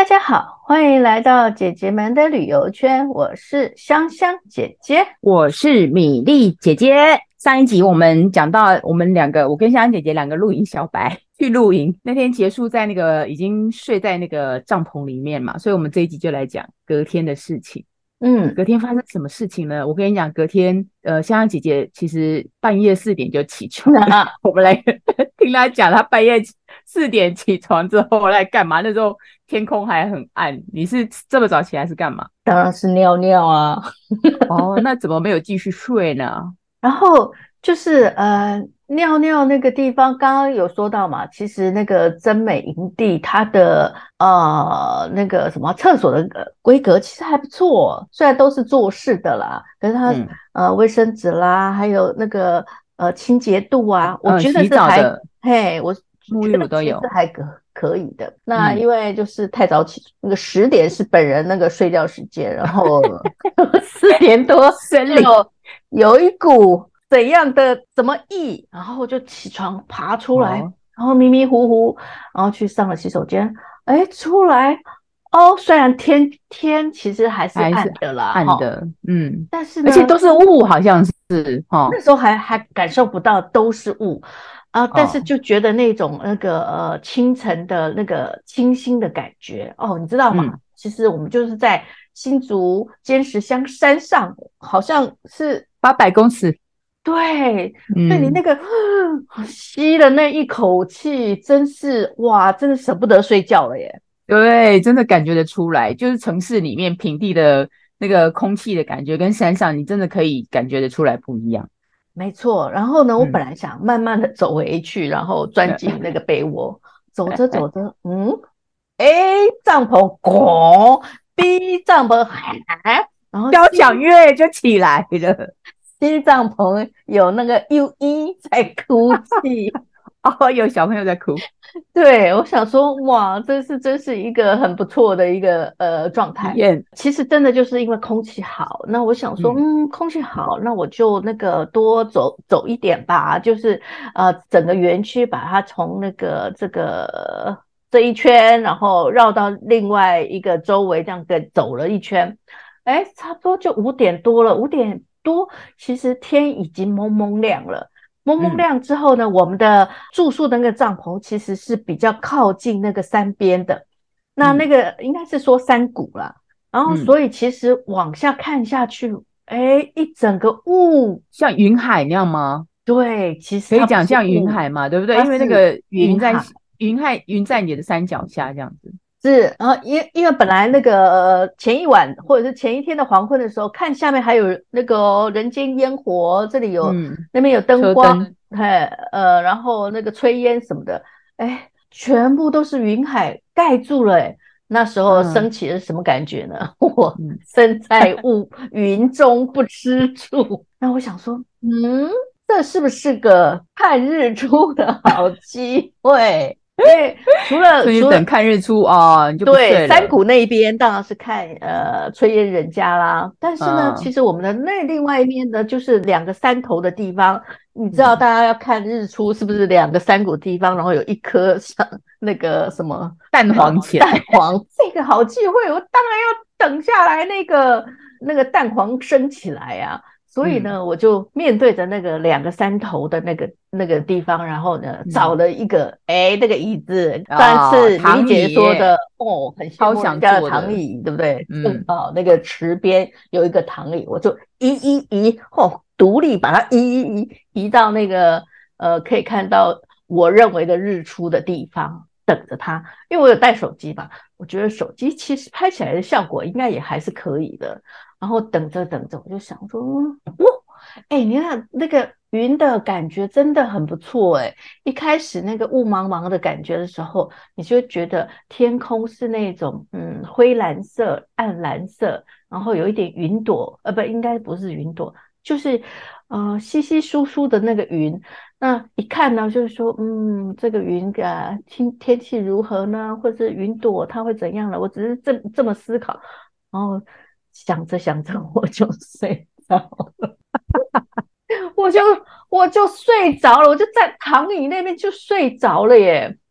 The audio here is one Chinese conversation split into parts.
大家好，欢迎来到姐姐们的旅游圈，我是香香姐姐。 我是米粒姐姐。上一集我们讲到我们两个，我跟香香姐姐两个露营小白去露营，那天结束在那个已经睡在那个帐篷里面嘛，所以我们这一集就来讲隔天的事情。 嗯， 隔天发生什么事情呢？我跟你讲，隔天香香姐姐其实半夜4点就起床了。 那我们来听她讲，她半夜4点起床之后来干嘛？那时候天空还很暗。你是这么早起来是干嘛？ 当然是尿尿啊。 哦，那怎么没有继续睡呢？ 然后就是尿尿那个地方，刚刚有说到嘛，其实那个真美营地它的那个什么厕所的规格其实还不错，虽然都是坐式的啦，可是它嗯卫生纸啦，还有那个清洁度啊，我觉得洗是还澡的嘿，我沐浴觉得其实乳都有。 还可以的。那嗯， 因为就是太早起，那个10点是本人那个睡觉时间，然后4点多生理。 就有一股怎样的怎么意，然后就起床爬出来， 哦， 然后迷迷糊糊，然后去上了洗手间，哎，出来哦，虽然天其实还是还是暗的啦，哈， 暗的。嗯， 但是呢， 而且都是雾，好像是哈。 那时候还感受不到都是雾啊，但是哦， 就觉得那种那个清晨的那个清新的感觉哦，你知道吗？ 嗯， 其实我们就是在新竹尖石乡山上，好像是 800公尺。 对，所以你那嗯， 个吸的那一口气，真是哇，真的舍不得睡觉了耶。 对，真的感觉得出来，就是城市里面平地的那个空气的感觉，跟山上你真的可以感觉得出来不一样。 没错，然后呢，我本嗯， 来想慢慢的走回去，然后钻进那个被窝，走着走着，A 帐篷拱，B 帐篷喊，然后交 C 响乐就起来了。 C 帐篷有那个 U1在哭泣。 哦，有小朋友在哭。 对，我想说，哇，真是一个很不错的一个状态。 体验。 其实真的就是因为空气好，那我想说， 嗯空气好，那我就那个多走走一点吧，就是整个园区把它从那个这一圈，然后绕到另外一个周围，这样跟走了一圈，哎，差不多就5点多了，5点多，其实天已经蒙蒙亮了。蒙蒙嗯亮之后呢，我们的住宿的那个帐篷其实是比较靠近那个山边的，那嗯个应该是说山谷啦，然后嗯， 所以其实往下看下去，哎，一整个雾， 像云海那样吗？ 对，其实可以它不讲像云是雾， 海嘛，对不对？因为那它是个云在云海。 云在你的山脚下这样子。 是，然后因为本来那个前一晚或者是前一天的黄昏的时候，看下面还有那个人间烟火，这里有嗯， 那边有灯光， 车灯。 嘿，然后那个炊烟什么的，哎，全部都是云海盖住了，哎，那时候升嗯起的是什么感觉呢？我嗯， 身在云中不知处，那我想说，这是不是个看日出的好机会？因为除了所以你除了等看日出哦，你就不对， 睡了。 山谷那一边当然是看炊烟人家啦，但是呢，其嗯实我们的那另外一面呢，就是两个山头的地方，你知道嗯， 大家要看日出是不是两个山谷地方，然后有一颗像那个什么蛋黄起来。 蛋黄，这个好机会，我当然要等下来那个蛋黄升起来呀、所以嗯呢，我就面对着那个两个山头的那个地方，然后呢，找嗯， 了一个那个椅子，上哦， 次米粒躺姐椅。 说的哦，很羡超想慕人家的坐的。 躺椅，对不对？正嗯好那个池边有一个躺椅，我就移，独立把它移到那个可以看到我认为的日出的地方，等着它。因为我有带手机嘛，我觉得手机其实拍起来的效果应该也还是可以的。然后等着等着，我就想说，哇，你看那个云的感觉真的很不错哎。一开始那个雾茫茫的感觉的时候，你就会觉得天空是那种灰蓝色、暗蓝色，然后有一点云朵，不，应该不是云朵，就是稀稀疏疏的那个云。那一看呢，就是说，这个云天气如何呢？或者是云朵它会怎样呢？我只是这么思考，然后想着想着我就睡着了，我就我就睡着了，我就在躺椅那边就睡着了耶。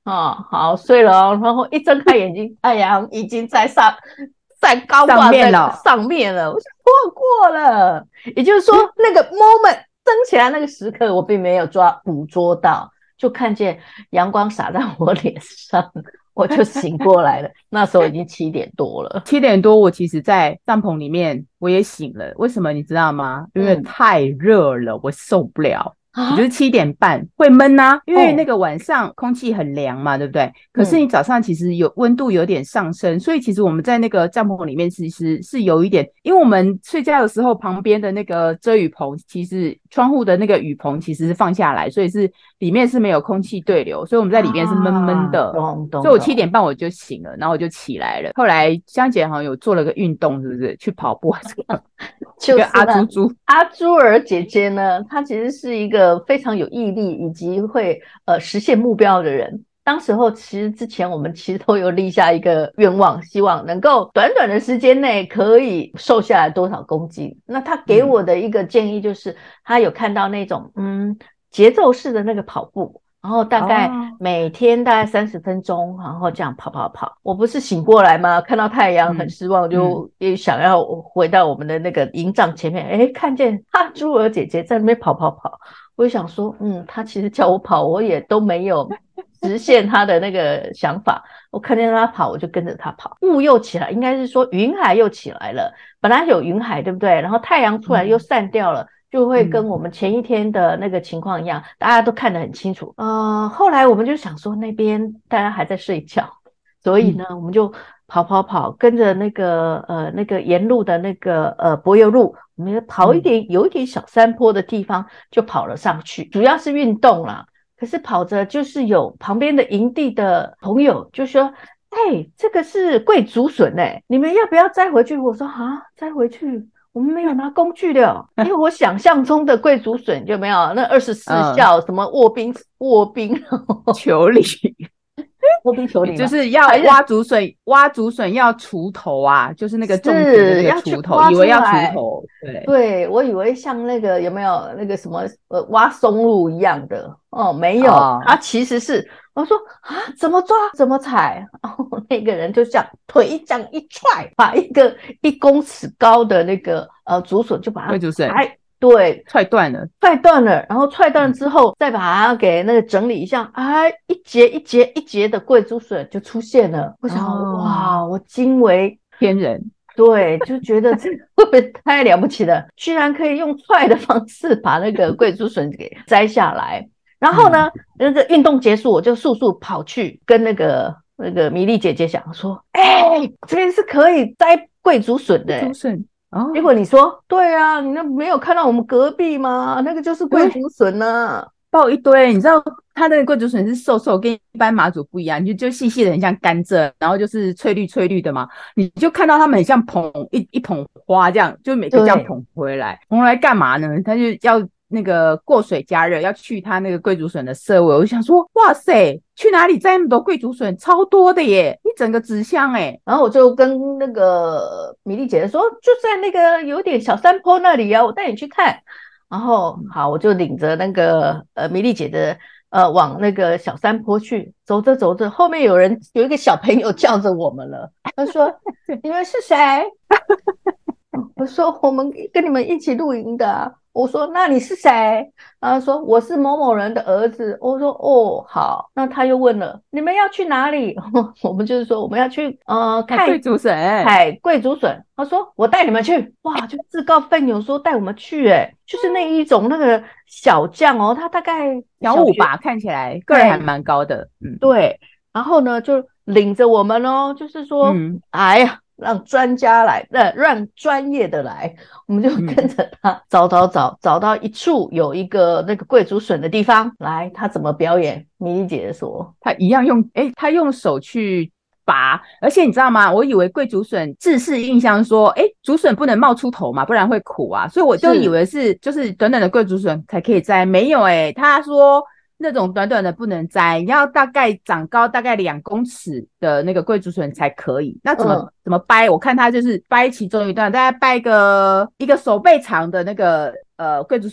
好睡了哦，然后一睁开眼睛，太阳已经在高挂在上面了，我就错过了。也就是说，那个 moment 睁起来那个时刻，我并没有捕捉到，就看见阳光洒在我脸上，我就醒过来了。那时候已经7点多了。 7点多，我其实在帐篷里面我也醒了，为什么你知道吗？因为太热了，我受不了。我就是7点半会闷啊，因为那个晚上空气很凉嘛，对不对？可是你早上其实温度有点上升，所以其实我们在那个帐篷里面其实是有一点，因为我们睡觉的时候旁边的那个遮雨棚，其实窗户的那个雨棚其实是放下来，所以是里面是没有空气对流，所以我们在里面是闷闷的。所以我7点半我就醒了，然后我就起来了。后来香姐好像有做了个运动，是不是？去跑步还是什么？ 就是阿朱儿姐姐呢，她其实是一个非常有毅力以及会实现目标的人。当时候其实之前我们其实都有立下一个愿望，希望能够短短的时间内可以瘦下来多少公斤。那她给我的一个建议就是，她有看到那种节奏式的那个跑步。然后大概每天大概30分钟，然后这样跑。我不是醒过来吗？看到太阳很失望，就也想要回到我们的那个营帐前面。看见朱儿姐姐在那边跑。我就想说，她其实叫我跑，我也都没有实现她的那个想法。我看见她跑，我就跟着她跑。雾又起来，应该是说云海又起来了。本来有云海，对不对？然后太阳出来又散掉了。就会跟我们前一天的那个情况一样，大家都看得很清楚。后来我们就想说那边大家还在睡觉，所以呢，我们就跑，跟着那个沿路的那个柏油路，我们跑有一点小山坡的地方就跑了上去，主要是运动啦。可是跑着就是有旁边的营地的朋友就说：“这个是桂竹笋你们要不要摘回去？”我说：“摘回去。”我们没有拿工具的因为我想象中的桂竹笋就没有那24孝什么卧冰求鲤卧冰求鲤就是要挖竹笋要锄头啊，就是那个种植的那个锄头，以为要锄头， 对，我以为像那个有没有那个什么挖松露一样的没有，它其实是我说怎么抓怎么踩，然后那个人就这样腿这样一踹，把一个1公尺高的那个竹笋就把它对， 踹断了， 然后踹断之后，再把它给那个整理一下，一节的桂竹笋就出现了。我想，哇，我惊为天人， 对，就觉得这个会不会太了不起了？居然可以用踹的方式把那个桂竹笋给摘下来。然后呢，那个运动结束，我就速速跑去跟那个米粒姐姐讲说，这边是可以摘桂竹笋的。 竹笋。 结果你说对啊，你那没有看到我们隔壁吗？那个就是桂竹笋呢， 抱一堆。你知道它那个桂竹笋是瘦瘦，跟一般马祖不一样，就细细的，很像甘蔗，然后就是翠绿的嘛。你就看到它们很像捧一捧花这样，就每个这样捧回来干嘛呢？它就要那个过水加热，要去它那个桂竹笋的涩味。我就想说，哇塞，去哪里摘那么多桂竹笋？超多的耶，一整个纸箱然后我就跟那个米粒姐姐说，就在那个有点小山坡那里啊，我带你去看。然后好，我就领着那个米粒姐姐往那个小山坡去，走着，后面有一个小朋友叫着我们了，他说你们是谁？我说我们跟你们一起露营的。我说那你是谁？他说我是某某人的儿子。我说好。那他又问了你们要去哪里？我们就是说我们要去看桂竹笋， 采桂竹笋。他说我带你们去。哇，就自告奋勇说带我们去就是那一种那个小将他大概小5吧，看起来个人还蛮高的。 对，然后呢就领着我们就是说哎呀，让专家来，让专业的来，我们就跟着他找到一处有一个那个桂竹笋的地方。来，他怎么表演？米粒姐姐说， 他一样他用手去拔，而且你知道吗？我以为桂竹笋自式印象说，竹笋不能冒出头嘛，不然会苦啊，所以我就以为是就是短短的桂竹笋才可以摘，没有他说。那种短短的不能摘，你要大概长高大概2公尺的那个桂竹笋才可以。那怎么掰？我看他就是掰其中一段，大概掰一个手背长的那个桂竹笋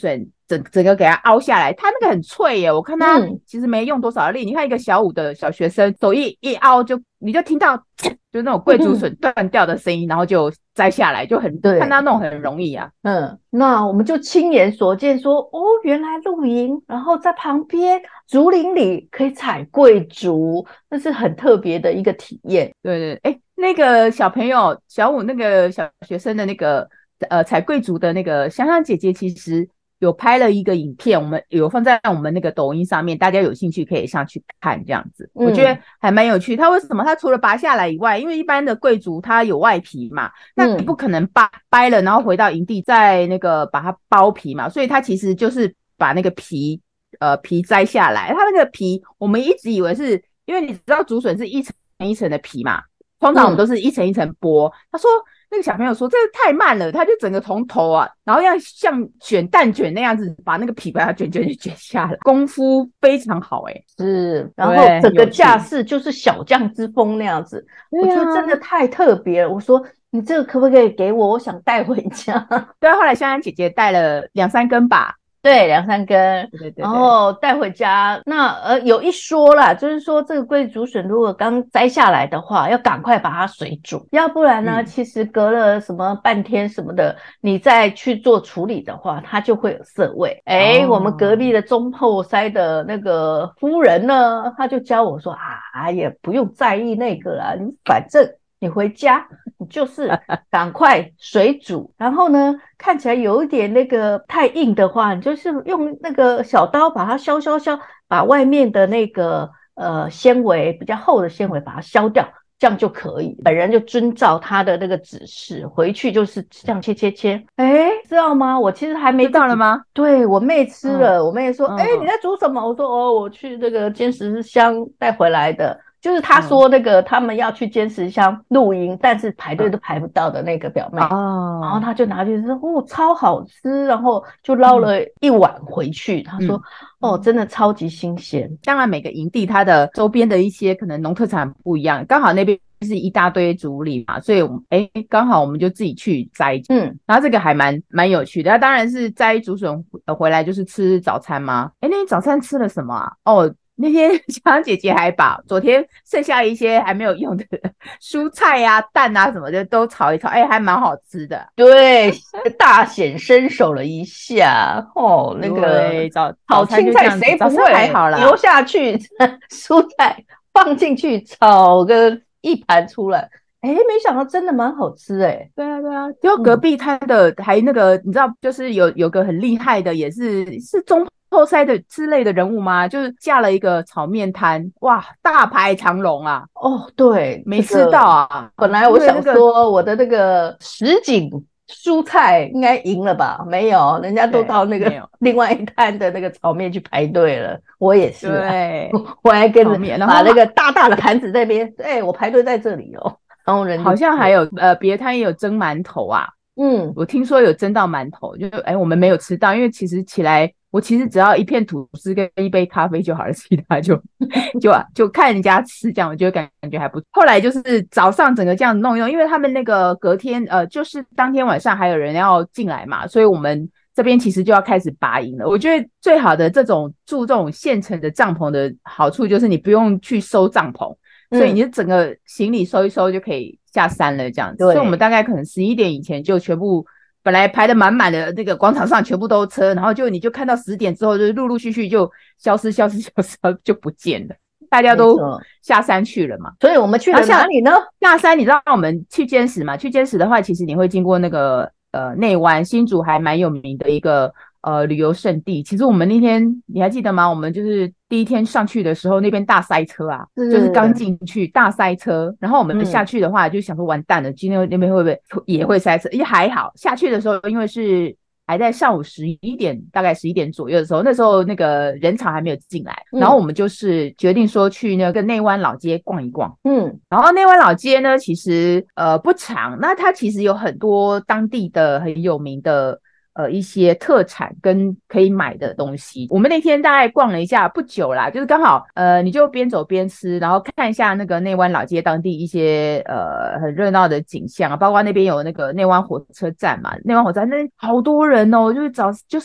整个给它凹下来，它那个很脆耶，我看它嗯其实没用多少力，你看一个小5的小学生手一凹你就听到就那种桂竹笋断掉的声音，然后就摘下来，就很看对， 它弄很容易啊。 那我们就亲眼所见说，哦，原来露营，然后在旁边竹林里可以采桂竹，那是很特别的一个体验。 对对，哎，那个小朋友小5那个小学生的那个采桂竹的那个香香姐姐，其实有拍了一个影片，我们有放在我们那个抖音上面，大家有兴趣可以上去看这样子，我觉得还蛮有趣。它为什么它除了拔下来以外，因为一般的桂竹它有外皮嘛，那你不可能掰了然后回到营地再那个把它剥皮嘛，所以它其实就是把那个皮摘下来。它那个皮我们一直以为是因为你知道竹笋是一层一层的皮嘛，通常我们都是一层一层剥。他说那个小朋友说这太慢了，他就整个从头啊，然后要像卷蛋卷那样子把那个皮把它卷下来，功夫非常好是，然后整个架势就是小将之风那样子，我觉得真的太特别了。我说你这个可不可以给我？我想带回家。 对，后来香香姐姐带了2-3根吧。 对，2-3根， 对， 然后带回家。那有一说啦，就是说这个桂竹笋如果刚摘下来的话，要赶快把它水煮，要不然呢，其实隔了什么半天什么的，你再去做处理的话，它就会有涩味。我们隔壁的中后塞的那个夫人呢，他就教我说啊，也不用在意那个啦，你反正你回家，你就是赶快水煮，然后呢，看起来有一点那个太硬的话，你就是用那个小刀把它削，把外面的那个纤维比较厚的纤维把它削掉，这样就可以。本人就遵照他的那个指示，回去就是这样切。知道吗？我其实还没知道了吗？ 对，我妹吃了，我妹说，你在煮什么？我说哦，我去那个尖石乡带回来的。就是他说那个他们要去尖石乡露营，但是排队都排不到的那个表妹，然后他就拿去说哦超好吃，然后就捞了一碗回去。他说哦真的超级新鲜。 当然每个营地它的周边的一些可能农特产不一样，刚好那边是一大堆竹林嘛，所以刚好我们就自己去摘。然后这个还蛮有趣的。那当然是摘竹笋回来就是吃早餐吗？那天早餐吃了什么啊？那天香香姐姐还把昨天剩下一些还没有用的蔬菜啊、蛋啊什么的都炒一炒，还蛮好吃的。 对，大显身手了一下那个炒青菜谁不会？ 还好啦， 丢下去，蔬菜放进去炒个一盘出来。没想到真的蛮好吃对啊，就隔壁摊的还那个你知道，就是有个很厉害的，也是中后塞的之类的人物吗？就是架了一个炒面摊，哇，大排长龙啊！ 对， 没吃到啊。 本来我想说我的那个什锦蔬菜应该赢了吧，没有，人家都到那个另外一摊的那个炒面去排队了。我也是， 对， 我还跟着把那个大大的盘子那边，我排队在这里哦。然后人好像还有别的摊也有蒸馒头啊。我听说有蒸到馒头，就我们没有吃到，因为其实起来我其实只要一片吐司跟一杯咖啡就好了，其他就看人家吃这样，我觉得感觉还不错。后来就是早上整个这样弄，因为他们那个隔天就是当天晚上还有人要进来嘛，所以我们这边其实就要开始拔营了。我觉得最好的这种现成的帐篷的好处就是你不用去收帐篷，所以你就整个行李收一收就可以下山了这样子。所以我们大概可能11点以前就全部本来排得满满的那个广场上全部都车，然后你就看到10点之后就陆陆续续就消失就不见了，大家都下山去了嘛。 所以我们去了哪里呢？ 下山你知道我们去尖石嘛？去尖石的话其实你会经过那个内湾，新竹还蛮有名的一个旅游胜地。其实我们那天你还记得吗？我们就是第一天上去的时候那边大塞车啊，就是刚进去大塞车，然后我们下去的话就想说完蛋了，今天那边会不会也会塞车？还好下去的时候因为是还在上午11点，大概11点左右的时候，那时候那个人潮还没有进来，然后我们就是决定说去那个内湾老街逛一逛。然后内湾老街呢其实不长，那它其实有很多当地的很有名的一些特产跟可以买的东西。我们那天大概逛了一下不久啦，就是刚好你就边走边吃，然后看一下那个内湾老街当地一些很热闹的景象啊，包括那边有那个内湾火车站嘛，内湾火车站那好多人哦，就是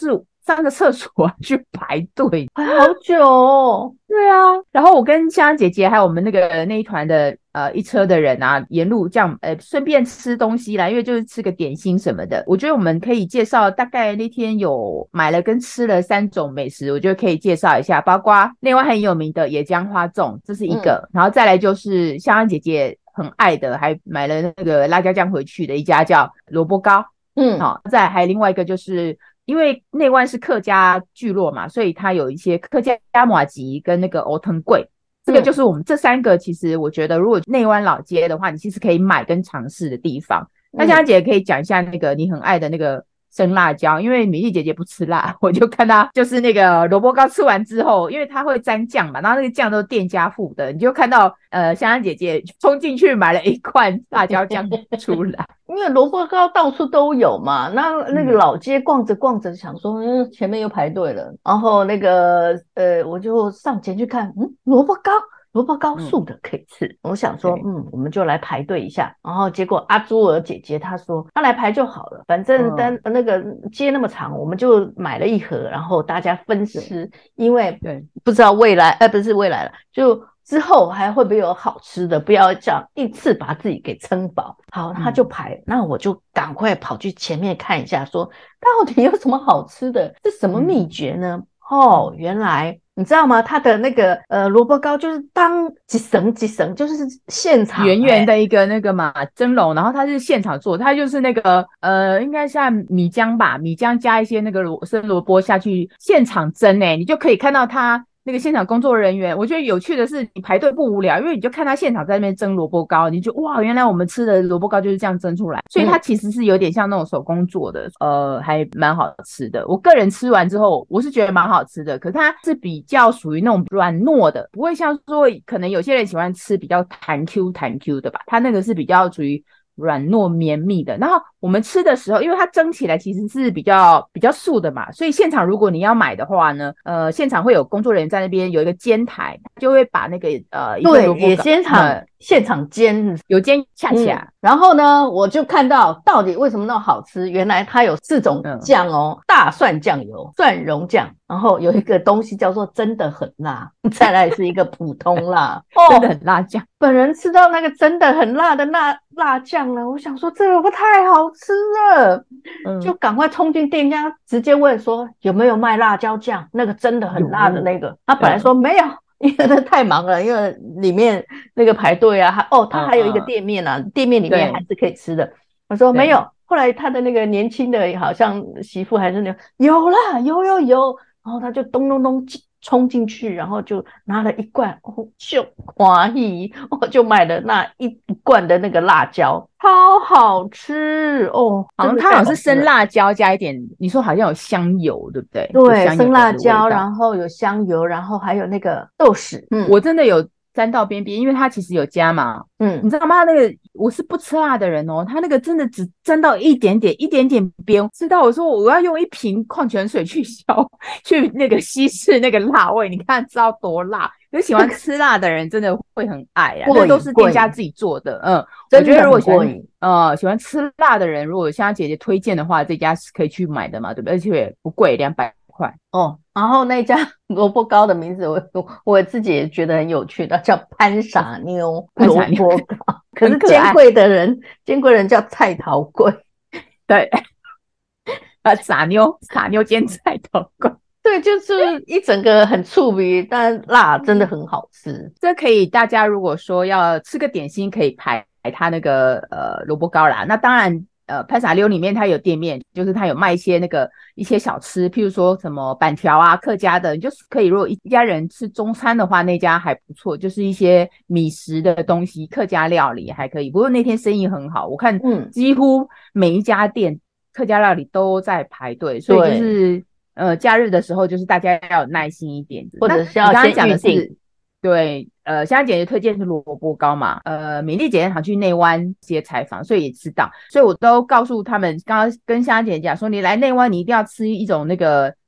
上个厕所去排队， 排好久哦。 对啊，然后我跟香香姐姐还有我们那一团的一车的人啊，沿路这样顺便吃东西啦，因为就是吃个点心什么的。我觉得我们可以介绍，大概那天有买了跟吃了3种美食，我觉得可以介绍一下，包括内湾很有名的野姜花粽，这是一个，然后再来就是香香姐姐很爱的，还买了那个辣椒酱回去的一家叫萝卜糕，好，再来还另外一个就是。因为内湾是客家聚落嘛，所以它有一些客家麻糬跟那个藕藤粿，这个就是我们这3个，其实我觉得如果内湾老街的话，你其实可以买跟尝试的地方。那香香姐可以讲一下那个你很爱的那个生辣椒，因为米粒姐姐不吃辣，我就看到就是那个萝卜糕吃完之后，因为它会沾酱嘛，然后那个酱都是店家付的，你就看到香香姐姐冲进去买了一罐辣椒酱出来。 因为萝卜糕到处都有嘛，那个老街逛着逛着，想说，前面又排队了，然后那个我就上前去看，萝卜糕素的可以吃，我想说，我们就来排队一下，然后结果阿朱儿姐姐她说，她来排就好了，反正那个街那么长，我们就买了一盒，然后大家分吃，因为不知道未来，不是未来了，就。之后还会不会有好吃的？不要这样一次把自己给撑饱。好，他就排，那我就赶快跑去前面看一下，说到底有什么好吃的？是什么秘诀呢？原来你知道吗？他的那个萝卜糕就是当几层，就是现场圆圆的一个那个嘛蒸笼，然后它是现场做，它就是那个应该像米浆吧，米浆加一些那个生萝卜下去现场蒸你就可以看到它。那个现场工作人员，我觉得有趣的是，你排队不无聊，因为你就看他现场在那边蒸萝卜糕，你就哇，原来我们吃的萝卜糕就是这样蒸出来，所以它其实是有点像那种手工做的，还蛮好吃的。我个人吃完之后，我是觉得蛮好吃的，可是它是比较属于那种软糯的，不会像说可能有些人喜欢吃比较弹 Q 的吧，它那个是比较属于。软糯绵密的，然后我们吃的时候，因为它蒸起来其实是比较素的嘛，所以现场如果你要买的话呢，现场会有工作人员在那边有一个煎台，就会把那个一个萝卜糕现场煎， 有煎恰恰。 然后呢，我就看到到底为什么那么好吃，原来它有4种酱哦，大蒜酱油、蒜蓉酱，然后有一个东西叫做真的很辣，再来是一个普通辣， 真的很辣酱。 本人吃到那个真的很辣的辣酱了，我想说这个太好吃了，就赶快冲进店家，直接问说有没有卖辣椒酱，那个真的很辣的那个。他本来说没有，因为他太忙了，因为里面那个排队啊，他还有一个店面啊，店面里面还是可以吃的。我说没有，后来他的那个年轻的好像媳妇还是那有啦，有，然后他就咚咚咚冲进去，然后就拿了一罐，就欢喜，我就买了那一罐的那个辣椒，超好吃哦！ 好像它好像是生辣椒加一点，你说好像有香油，对不对？ 对，生辣椒，然后有香油，然后还有那个豆豉。 我真的有沾到边边，因为它其实有加嘛。你知道吗？那个我是不吃辣的人哦，它那个真的只沾到一点点边，吃到我说我要用一瓶矿泉水去去那个稀释那个辣味，你看知道多辣？有喜欢吃辣的人真的会很爱啊，那都是店家自己做的。我觉得如果喜欢吃辣的人，如果像姐姐推荐的话，这家是可以去买的嘛，对不对？而且不贵，200块哦。然后那家萝卜糕的名字我自己也觉得很有趣的，叫潘傻妞萝卜糕。可是煎柜人叫菜头粿。 对，傻妞煎菜头粿。 对，就是一整个很触鼻，但辣真的很好吃。 这可以，大家如果说要吃个点心，可以排它那个萝卜糕啦。那当然。潘傻溜里面它有店面，就是它有卖一些小吃，譬如说什么板条啊，客家的，你就是可以如果一家人吃中餐的话，那家还不错，就是一些米食的东西，客家料理还可以。不过那天生意很好，我看几乎每一家店客家料理都在排队，所以就是假日的时候就是大家要有耐心一点， 或者是要先预定。 对，香香姐姐推荐是萝卜糕嘛，米粒姐姐常去内湾接采访，所以也知道，所以我都告诉他们，刚刚跟香香姐姐讲说，你来内湾你一定要吃一种那个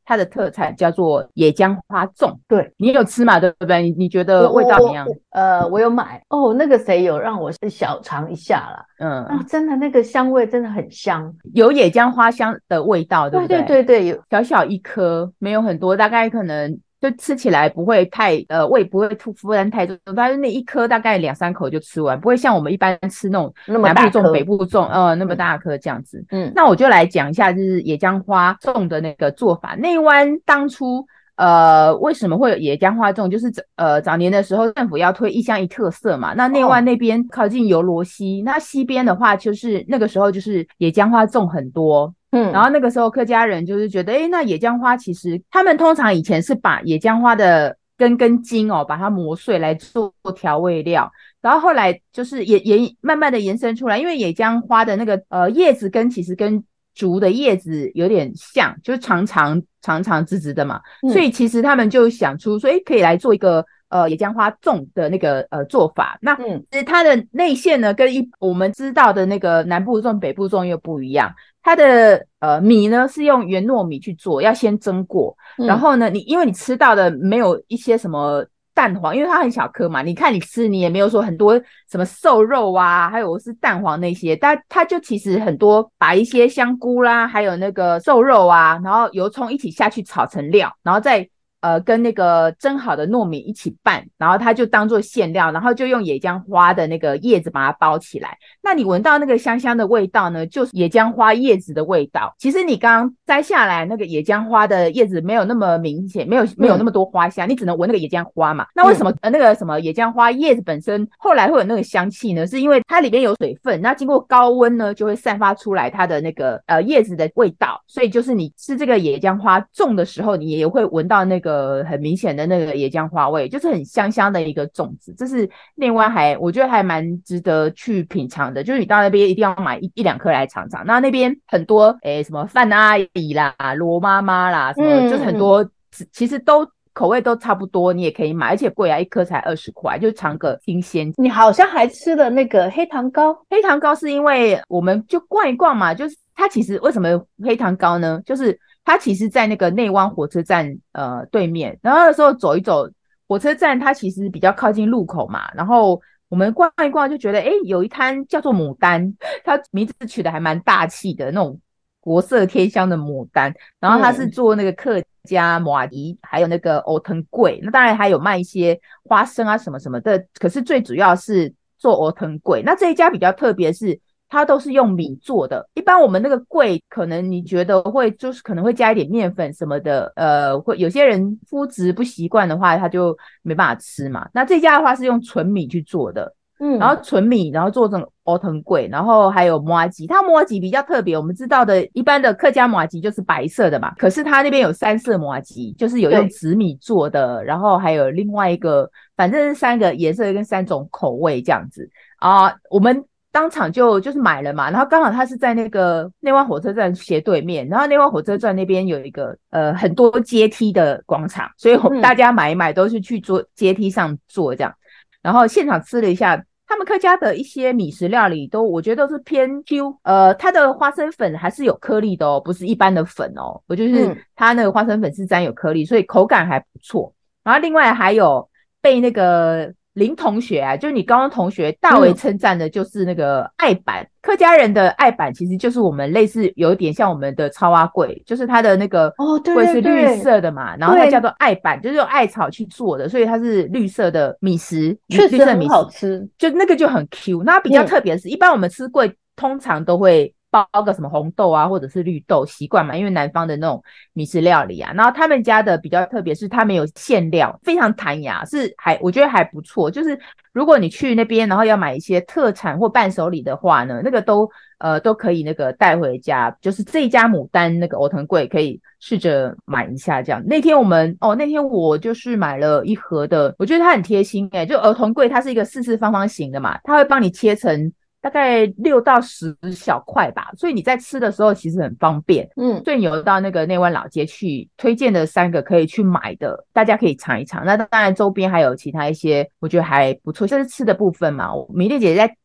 它的特产叫做野姜花粽。 对， 你有吃嘛？对不对？你觉得味道怎么样？ 我有买哦，那个谁有让我小尝一下啦。啊，真的那个香味真的很香， 有野姜花香的味道，对不对？ 对对对对，有小小一颗，没有很多，大概可能就吃起来不会太胃不会负担太重，但是那一颗大概2-3口就吃完，不会像我们一般吃那种南部粽、北部粽那么大颗这样子。那我就来讲一下就是野姜花粽的那个做法。内湾当初为什么会有野姜花粽？就是早年的时候政府要推一乡一特色嘛，那内湾那边靠近油罗溪，那西边的话就是那个时候就是野姜花粽很多。然后那个时候客家人就是觉得那野姜花其实他们通常以前是把野姜花的根跟茎把它磨碎来做调味料，然后后来就是也慢慢的延伸出来，因为野姜花的那个叶子根其实跟竹的叶子有点像，就是长长直直的嘛，所以其实他们就想出说可以来做一个野姜花粽的那个做法。那其实它的内馅呢跟我们知道的那个南部粽北部粽又不一样，它的米呢是用原糯米去做，要先蒸过，然后呢因为你吃到的没有一些什么蛋黄，因为它很小颗嘛，你看你吃你也没有说很多什么瘦肉啊，还有是蛋黄那些，但它就其实很多把一些香菇啦，还有那个瘦肉啊，然后油葱一起下去炒成料，然后再跟那个蒸好的糯米一起拌，然后它就当做馅料，然后就用野姜花的那个叶子把它包起来。那你闻到那个香香的味道呢，就是野姜花叶子的味道。其实你刚刚摘下来那个野姜花的叶子没有那么明显，没有那么多花香，你只能闻那个野姜花嘛。那为什么那个什么野姜花叶子本身后来会有那个香气呢？是因为它里面有水分，那经过高温呢就会散发出来它的那个叶子的味道，所以就是你吃这个野姜花粽的时候，你也会闻到那个很明显的那个野姜花味，就是很香香的一个粽子。这是内湾我觉得还蛮值得去品尝的，就是你到那边一定要买一两颗来尝尝。那边很多什么范阿姨啦、罗妈妈啦，什么就是很多其实都口味都差不多，你也可以买，而且贵啊，一颗才20块，就尝个新鲜。 你好像还吃了那个黑糖糕， 黑糖糕是因为我们就逛一逛嘛，就是它其实为什么有黑糖糕呢？就是它其实在那个内湾火车站对面，然后那时候走一走，火车站它其实比较靠近路口嘛，然后我们逛一逛就觉得有一摊叫做牡丹，它名字取得还蛮大气的那种国色天香的牡丹，然后它是做那个客家麻糬还有那个藕藤粿，那当然还有卖一些花生啊什么什么的，可是最主要是做藕藤粿。那这一家比较特别是它都是用米做的，一般我们那个粿可能你觉得会就是可能会加一点面粉什么的，会有些人肤质不习惯的话他就没办法吃嘛。那这家的话是用纯米去做的，然后纯米然后做成藕藤粿，然后还有麻糬。它麻糬比较特别，我们知道的一般的客家麻糬就是白色的嘛，可是它那边有3色麻糬，就是有用紫米做的，然后还有另外一个反正是3个颜色跟3种口味这样子啊。我们当场就是买了嘛，然后刚好它是在那个内湾火车站斜对面，然后内湾火车站那边有一个很多阶梯的广场，所以大家买一买都是去坐阶梯上坐这样。然后现场吃了一下他们客家的一些米食料理，我觉得都是偏 Q， 它的花生粉还是有颗粒的不是一般的粉我就是它那个花生粉是沾有颗粒，所以口感还不错。然后另外还有被那个林同学啊，就是你高中同学大为称赞的，就是那个爱板。客家人的爱板其实就是我们类似有点像我们的草仔粿，就是它的那个粿是绿色的嘛，然后它叫做爱板，就是用艾草去做的，所以它是绿色的米食， 确实很好吃， 就那个就很 Q。 那比较特别的是一般我们吃粿通常都会包个什么红豆啊或者是绿豆，习惯嘛，因为南方的那种米食料理啊。然后他们家的比较特别是他们有馅料，非常弹牙，我觉得还不错。就是如果你去那边然后要买一些特产或伴手礼的话呢，那个都可以那个带回家，就是这一家牡丹那个藕藤粿可以试着买一下这样。那天我就是买了一盒的，我觉得它很贴心就藕藤粿它是一个四四方方形的嘛，它会帮你切成大概6到10小块吧，所以你在吃的时候其实很方便。所以有到那个内湾老街去推荐的3个可以去买的，大家可以尝一尝。那当然周边还有其他一些我觉得还不错，就是吃的部分嘛，米粒姐在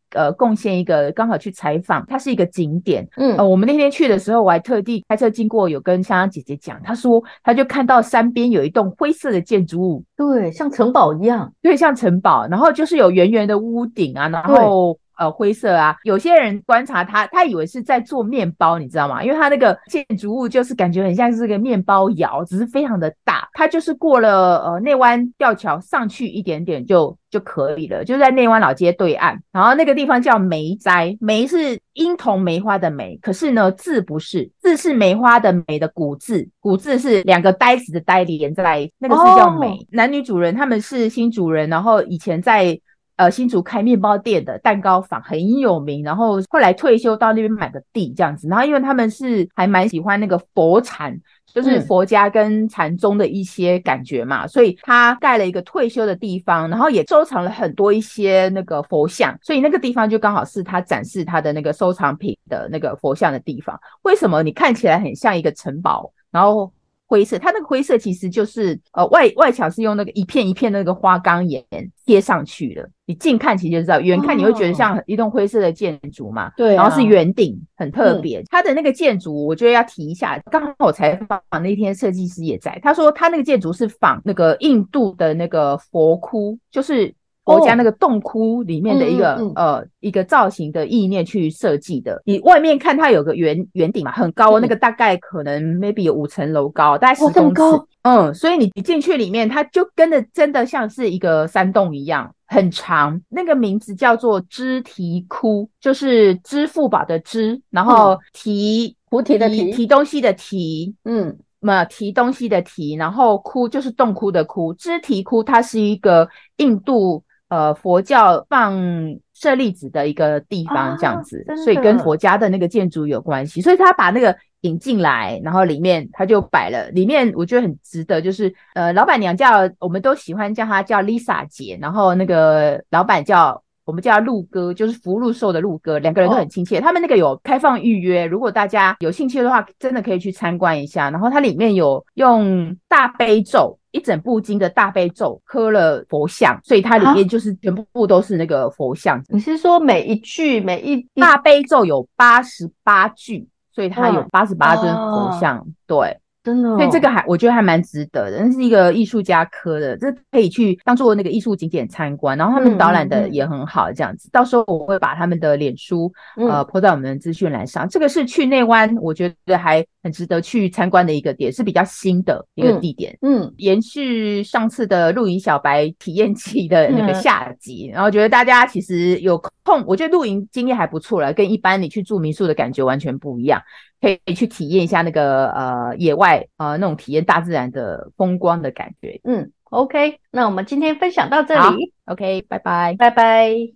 贡献一个刚好去采访，它是一个景点。我们那天去的时候，我还特地开车经过，有跟香香姐姐讲，她说她就看到山边有一栋灰色的建筑物， 对，像城堡一样， 对，像城堡，然后就是有圆圆的屋顶啊，然后灰色啊，有些人观察他以为是在做面包，你知道吗？因为他那个建筑物就是感觉很像是个面包窑，只是非常的大。它就是过了内湾吊桥上去一点点就可以了，就在内湾老街对岸。然后那个地方叫梅斋，梅是樱桐梅花的梅，可是呢字不是，字是梅花的梅的古字，古字是两个呆子的呆连在，那个是叫梅。男女主人他们是新竹人，然后以前在新竹开面包店的蛋糕坊很有名，然后后来退休到那边买个地这样子，然后因为他们是还蛮喜欢那个佛禅，就是佛家跟禅宗的一些感觉嘛，所以他盖了一个退休的地方，然后也收藏了很多一些那个佛像，所以那个地方就刚好是他展示他的那个收藏品的那个佛像的地方。为什么你看起来很像一个城堡，然后灰色，它那个灰色其实就是外墙是用那个一片一片那个花岗岩贴上去的，你近看其实就知道，远看你会觉得像一栋灰色的建筑嘛， 对然后是圆顶，很特别。它的那个建筑我觉得要提一下，刚好我采访那天设计师也在，他说他那个建筑是仿那个印度的那个佛窟，就是佛家那个洞窟里面的一个造型的意念去设计的。你外面看它有个圆顶嘛，很高，那个大概可能 maybe 有5层楼高，大概10公尺。所以你进去里面，它就跟着真的像是一个山洞一样，很长。那个名字叫做支提窟，就是支付宝的支，然后菩提的提， 提东西的提，提东西的提，然后窟就是洞窟的窟。支提窟它是一个印度佛教放舍利子的一个地方这样子，所以跟佛家的那个建筑有关系，所以他把那个引进来，然后里面他就摆了，里面我觉得很值得，就是老板娘我们都喜欢叫她叫 Lisa 姐，然后那个老板我们叫他陆哥，就是福禄寿的陆哥，两个人都很亲切。他们那个有开放预约，如果大家有兴趣的话，真的可以去参观一下。然后它里面有用大悲咒，一整部经的大悲咒刻了佛像，所以它里面就是全部都是那个佛像。 你是说每一句大悲咒有88句，所以它有88尊佛像，对。 真的所以这个我觉得还蛮值得的，那是一个艺术家科的，这可以去当做那个艺术景点参观，然后他们导览的也很好这样子。到时候我会把他们的脸书po 在我们的资讯栏上。这个是去内湾我觉得还很值得去参观的一个点，是比较新的一个地点。延续上次的露营小白体验季的那个下集，然后觉得大家其实有空，我觉得露营经验还不错了，跟一般你去住民宿的感觉完全不一样，可以去体验一下那个野外那种体验大自然的风光的感觉。 OK， 那我们今天分享到这里。 OK， 拜拜， 拜拜。